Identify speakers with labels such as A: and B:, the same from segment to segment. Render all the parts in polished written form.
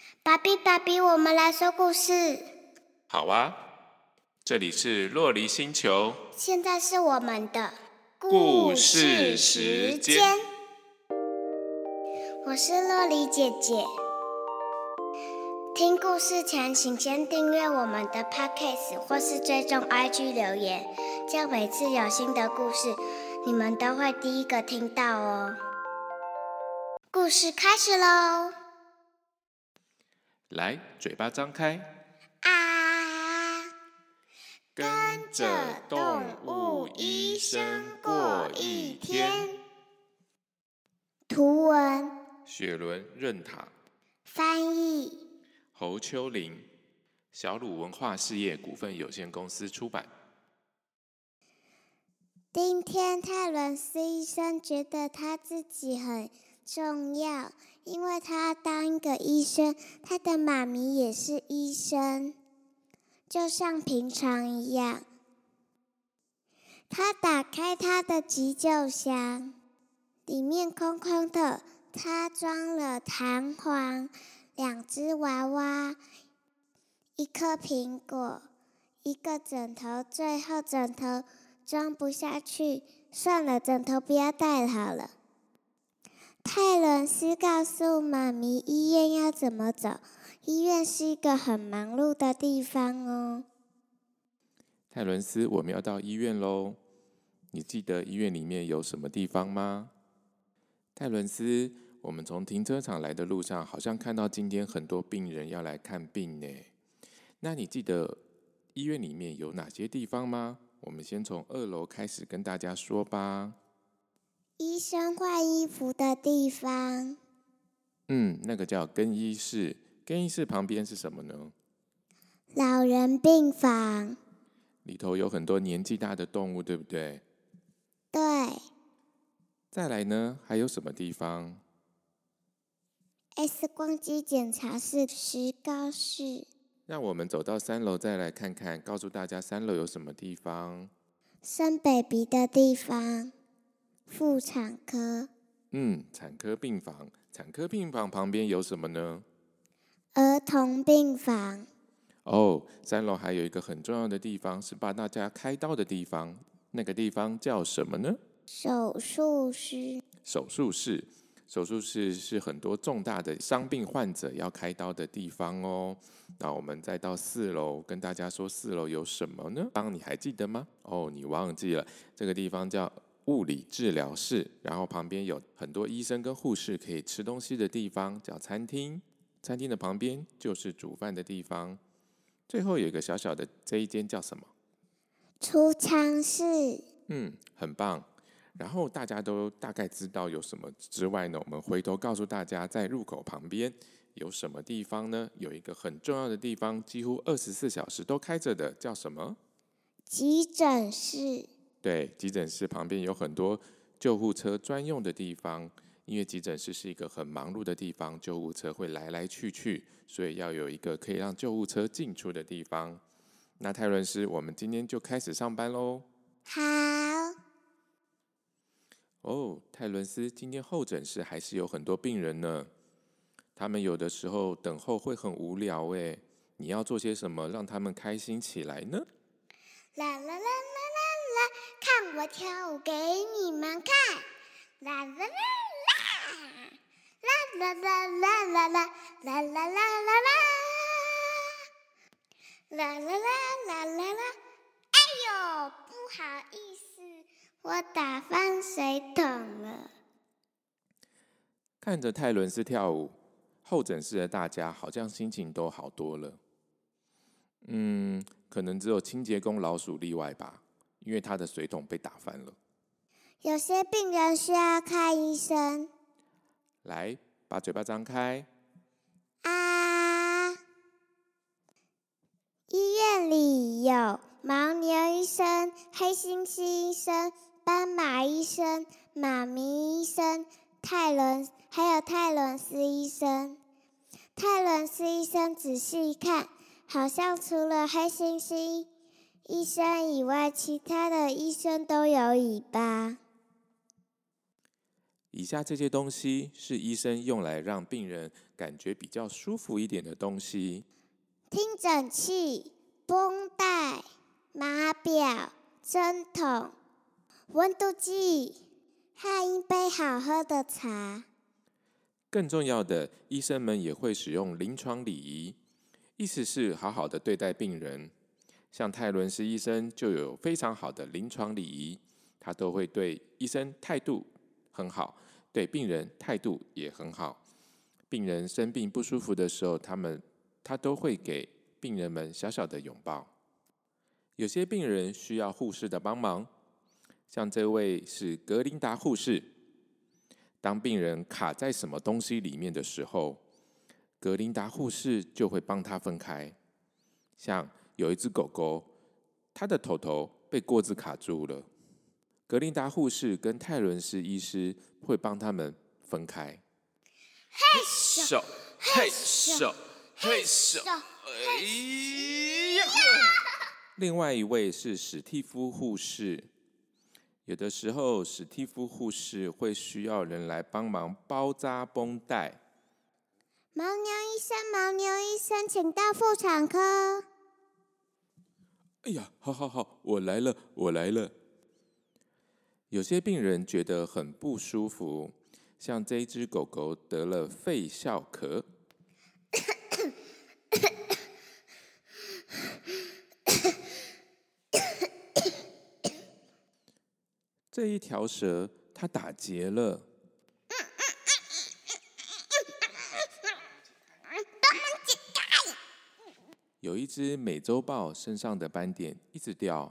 A: 爸比，爸比，我们来说故事。
B: 好啊，这里是洛黎星球，
A: 现在是我们的
B: 故事时间。
A: 我是洛黎姐姐。听故事前，请先订阅我们的 Podcast 或是追踪 IG 留言，这样每次有新的故事，你们都会第一个听到哦。故事开始喽！
B: 来，嘴巴张开，跟着动物医生过一天。
A: 图文：
B: 雪伦·任塔，
A: 翻译：
B: 侯秋玲，小鲁文化事业股份有限公司出版。
A: 今天泰伦斯医生觉得他自己很重要，因为他当一个医生，他的妈咪也是医生，就像平常一样。他打开他的急救箱，里面空空的，他装了弹簧、2只娃娃、1颗苹果、1个枕头，最后枕头装不下去，算了，枕头不要带好了。泰伦斯告诉妈咪医院要怎么走，医院是一个很忙碌的地方哦。
B: 泰伦斯，我们要到医院喽。你记得医院里面有什么地方吗？泰伦斯，我们从停车场来的路上，好像看到今天很多病人要来看病呢。那你记得医院里面有哪些地方吗？我们先从2楼开始跟大家说吧。
A: 医生换衣服的地方。
B: 那个叫更衣室。更衣室旁边是什么呢？
A: 老人病房。
B: 里头有很多年纪大的动物，对不对？
A: 对。
B: 再来呢，还有什么地方？
A: X 光机检查室、石膏室。
B: 让我们走到3楼再来看看，告诉大家3楼有什么地方。
A: 生 baby 的地方。妇产科。
B: 产科病房。产科病房旁边有什么呢？
A: 儿童病房。
B: 3楼还有一个很重要的地方，是帮大家开刀的地方。那个地方叫什么呢？
A: 手术室。
B: 手术室。手术室是很多重大的伤病患者要开刀的地方哦。那我们再到4楼，跟大家说4楼有什么呢？你还记得吗？你忘记了，这个地方叫物理治疗室，然后旁边有很多医生跟护士可以吃东西的地方，叫餐厅。餐厅的旁边就是煮饭的地方。最后有一个小小的，这一间叫什么？
A: 储藏室。
B: 很棒。然后大家都大概知道有什么之外呢，我们回头告诉大家，在入口旁边有什么地方呢？有一个很重要的地方，几乎24小时都开着的，叫什么？
A: 急诊室。
B: 对，急诊室旁边有很多救护车专用的地方，因为急诊室是一个很忙碌的地方，救护车会来来去去，所以要有一个可以让救护车进出的地方。那泰伦斯，我们今天就开始上班喽。
A: 好。
B: 泰伦斯，今天候诊室还是有很多病人呢。他们有的时候等候会很无聊耶，你要做些什么让他们开心起来呢？
A: 啦啦啦啦啦啦，看我跳舞给你们看！啦啦啦啦，啦啦啦啦啦啦，啦啦啦啦啦，啦啦啦啦啦啦。哎呦，不好意思，我打翻水桶了。
B: 看着泰伦斯跳舞，候诊室的大家好像心情都好多了。可能只有清洁工老鼠例外吧，因为他的水桶被打翻了。
A: 有些病人需要看医生。
B: 来，把嘴巴张开。
A: 医院里有牦牛医生、黑猩猩医生、斑马医生、妈咪医生、还有泰伦斯医生。泰伦斯医生仔细一看，好像除了黑猩猩医生以外，其他的医生都有尾巴。
B: 以下这些东西是医生用来让病人感觉比较舒服一点的东西：
A: 听诊器、绷带、码表、针筒、温度计和一杯好喝的茶。
B: 更重要的，医生们也会使用临床礼仪，意思是好好的对待病人。像泰伦斯医生就有非常好的临床礼仪，他都会对医生态度很好，对病人态度也很好。病人生病不舒服的时候，他都会给病人们小小的拥抱。有些病人需要护士的帮忙，像这位是格琳达护士。当病人卡在什么东西里面的时候，格琳达护士就会帮他分开。像有一只狗狗，它的头头被锅子卡住了，格琳达护士跟泰伦斯医师会帮他们分开。
A: 嘿
B: 咻，嘿咻，嘿咻，哎呀！另外一位是史蒂夫护士。有的时候，史蒂夫护士会需要人来帮忙包扎绷带。
A: 牦牛医生，请到妇产科。
B: 哎呀，好，我来了。有些病人觉得很不舒服，像这一只狗狗得了肺哮咳。这一条蛇它打结了。有一只美洲豹身上的斑点一直掉。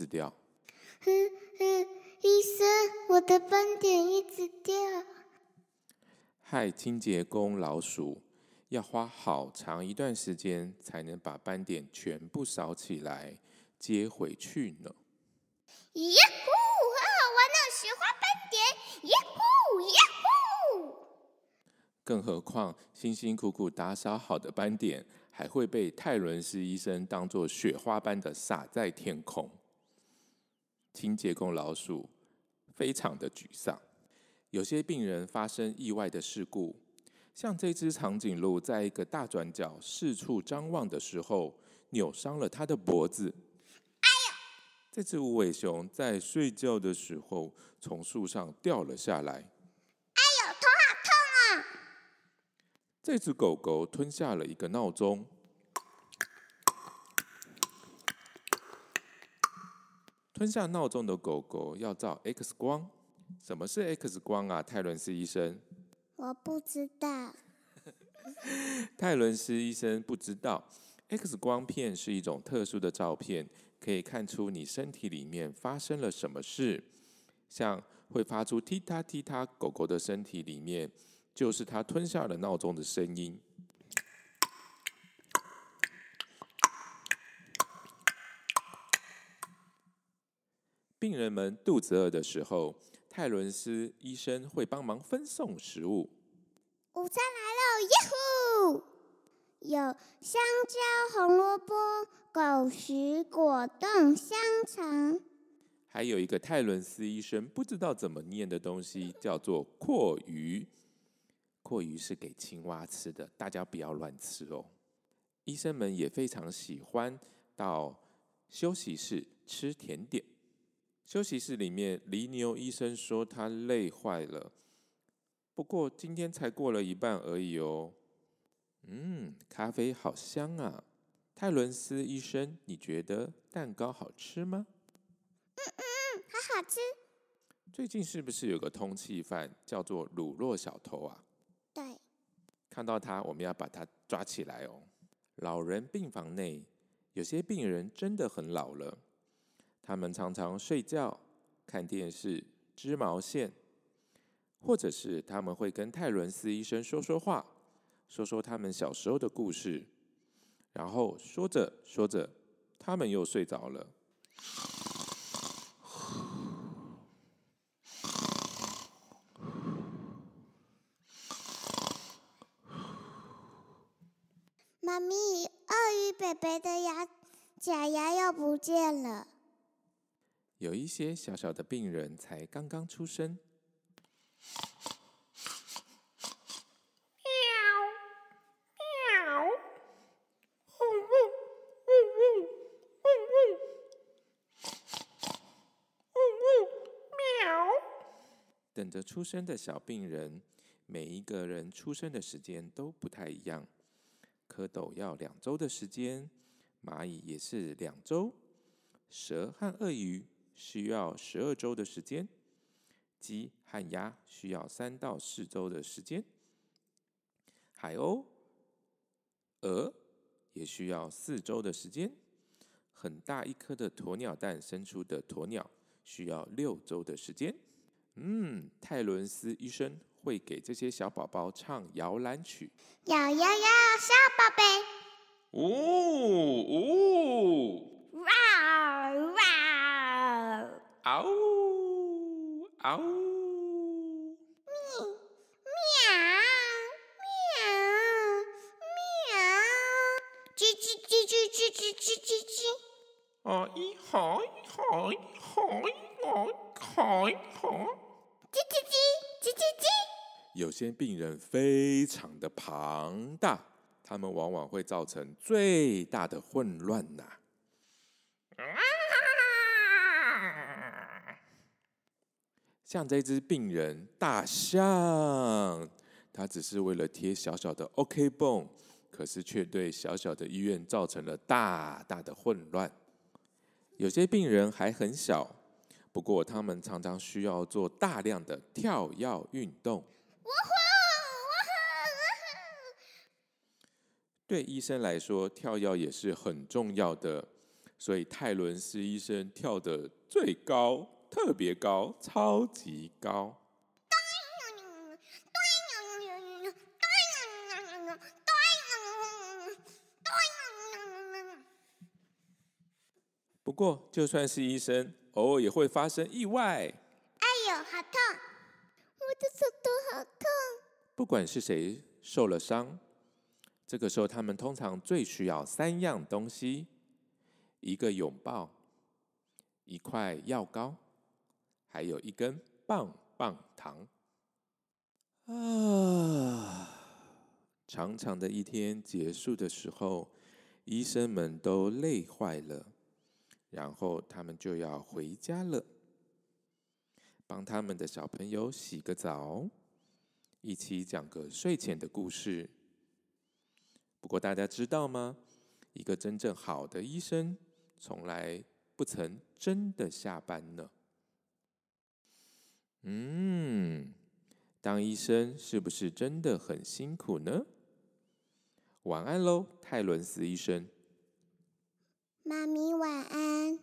A: 医生，我的斑点一直掉。
B: 害清洁工老鼠要花好长一段时间才能把斑点全部扫起来，接回去呢。
A: 耶呼，好好玩哦，雪花斑点，耶呼。
B: 更何况辛辛苦苦打扫好的斑点，还会被泰伦斯医生当作雪花般的洒在天空。清洁工老鼠非常的沮丧。有些病人发生意外的事故，像这只长颈鹿在一个大转角四处张望的时候，扭伤了它的脖子。
A: 哎呦！
B: 这只无尾熊在睡觉的时候从树上掉了下来。
A: 哎呦，头好痛啊！
B: 这只狗狗吞下了一个闹钟。吞下闹钟的狗狗要照 X 光。什么是 X 光啊，泰伦斯医生？
A: 我不知道。
B: 泰伦斯医生不知道 ，X 光片是一种特殊的照片，可以看出你身体里面发生了什么事。像会发出踢踏踢踏，狗狗的身体里面就是它吞下了闹钟的声音。病人们肚子饿的时候，泰伦斯医生会帮忙分送食物。
A: 午餐来了，耶呼！有香蕉、红萝卜、狗食、果冻、香肠。
B: 还有一个泰伦斯医生不知道怎么念的东西，叫做蛞蝓。蛞蝓是给青蛙吃的，大家不要乱吃哦。医生们也非常喜欢到休息室吃甜点。休息室里面，犁牛医生说他累坏了，不过今天才过了一半而已哦。咖啡好香啊！泰伦斯医生，你觉得蛋糕好吃吗？
A: 好好吃。
B: 最近是不是有个通缉犯叫做乳酪小偷啊？
A: 对。
B: 看到他，我们要把他抓起来哦。老人病房内，有些病人真的很老了。他们常常睡觉、看电视、织毛线，或者是他们会跟泰伦斯医生说说话，说说他们小时候的故事，然后说着说着，他们又睡着了。
A: 妈咪，鳄鱼贝贝的假牙又不见了。
B: 有一些小小的病人才刚刚出生， 等着出生的小病人，每一个人出生的时间都不太一样。蝌蚪要2周的时间，蚂蚁也是2周，蛇和鳄鱼需要12周的时间，鸡和鸭需要3到4周的时间，海鸥、鹅也需要4周的时间，很大一颗的鸵鸟蛋生出的鸵鸟需要6周的时间。泰伦斯医生会给这些小宝宝唱摇篮曲。
A: 摇摇摇，小宝贝，
B: 呜呜，
A: 哇哇，
B: 嗷呜嗷呜，
A: 喵喵喵，叽叽叽叽叽叽叽叽叽。
B: 哦咦嗨嗨嗨嗨嗨，
A: 叽叽叽叽叽叽。
B: 有些病人非常的庞大，他们往往会造成最大的混乱呐。像这只病人大象，它只是为了贴小小的 OK 绷，可是却对小小的医院造成了大大的混乱。有些病人还很小，不过他们常常需要做大量的跳跃运动。对医生来说，跳跃也是很重要的，所以泰伦斯医生跳得最高，特别高，超级高。不过，就算是医生，偶尔也会发生意外。
A: 哎呦，好痛！我的手头好痛。
B: 不管是谁受了伤，这个时候他们通常最需要3样东西：一个拥抱，一块药膏，还有一根棒棒糖。长长的一天结束的时候，医生们都累坏了，然后他们就要回家了，帮他们的小朋友洗个澡，一起讲个睡前的故事。不过大家知道吗？一个真正好的医生，从来不曾真的下班呢。当医生是不是真的很辛苦呢？晚安喽，泰伦斯医生。
A: 妈咪晚安。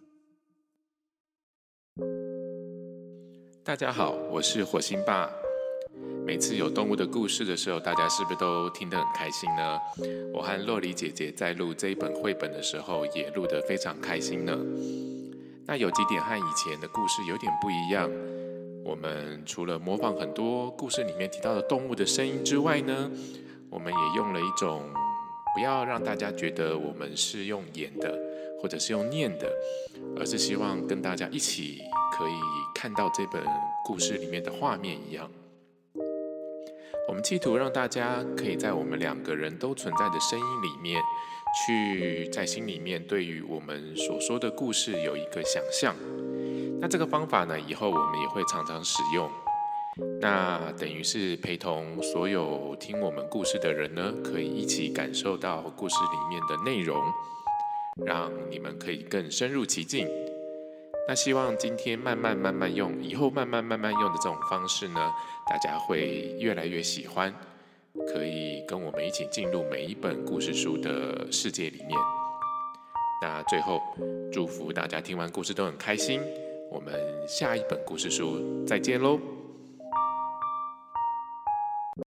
B: 大家好，我是火星爸。每次有动物的故事的时候，大家是不是都听得很开心呢？我和洛里姐姐在录这一本绘本的时候，也录得非常开心呢。那有几点和以前的故事有点不一样。我们除了模仿很多故事里面提到的动物的声音之外呢，我们也用了一种不要让大家觉得我们是用演的，或者是用念的，而是希望跟大家一起可以看到这本故事里面的画面一样。我们企图让大家可以在我们2个人都存在的声音里面，去在心里面对于我们所说的故事有一个想象。那这个方法呢，以后我们也会常常使用。那等于是陪同所有听我们故事的人呢，可以一起感受到故事里面的内容，让你们可以更深入其境。那希望今天慢慢用，以后慢慢用的这种方式呢，大家会越来越喜欢，可以跟我们一起进入每一本故事书的世界里面。那最后，祝福大家听完故事都很开心。我们下一本故事书再见喽。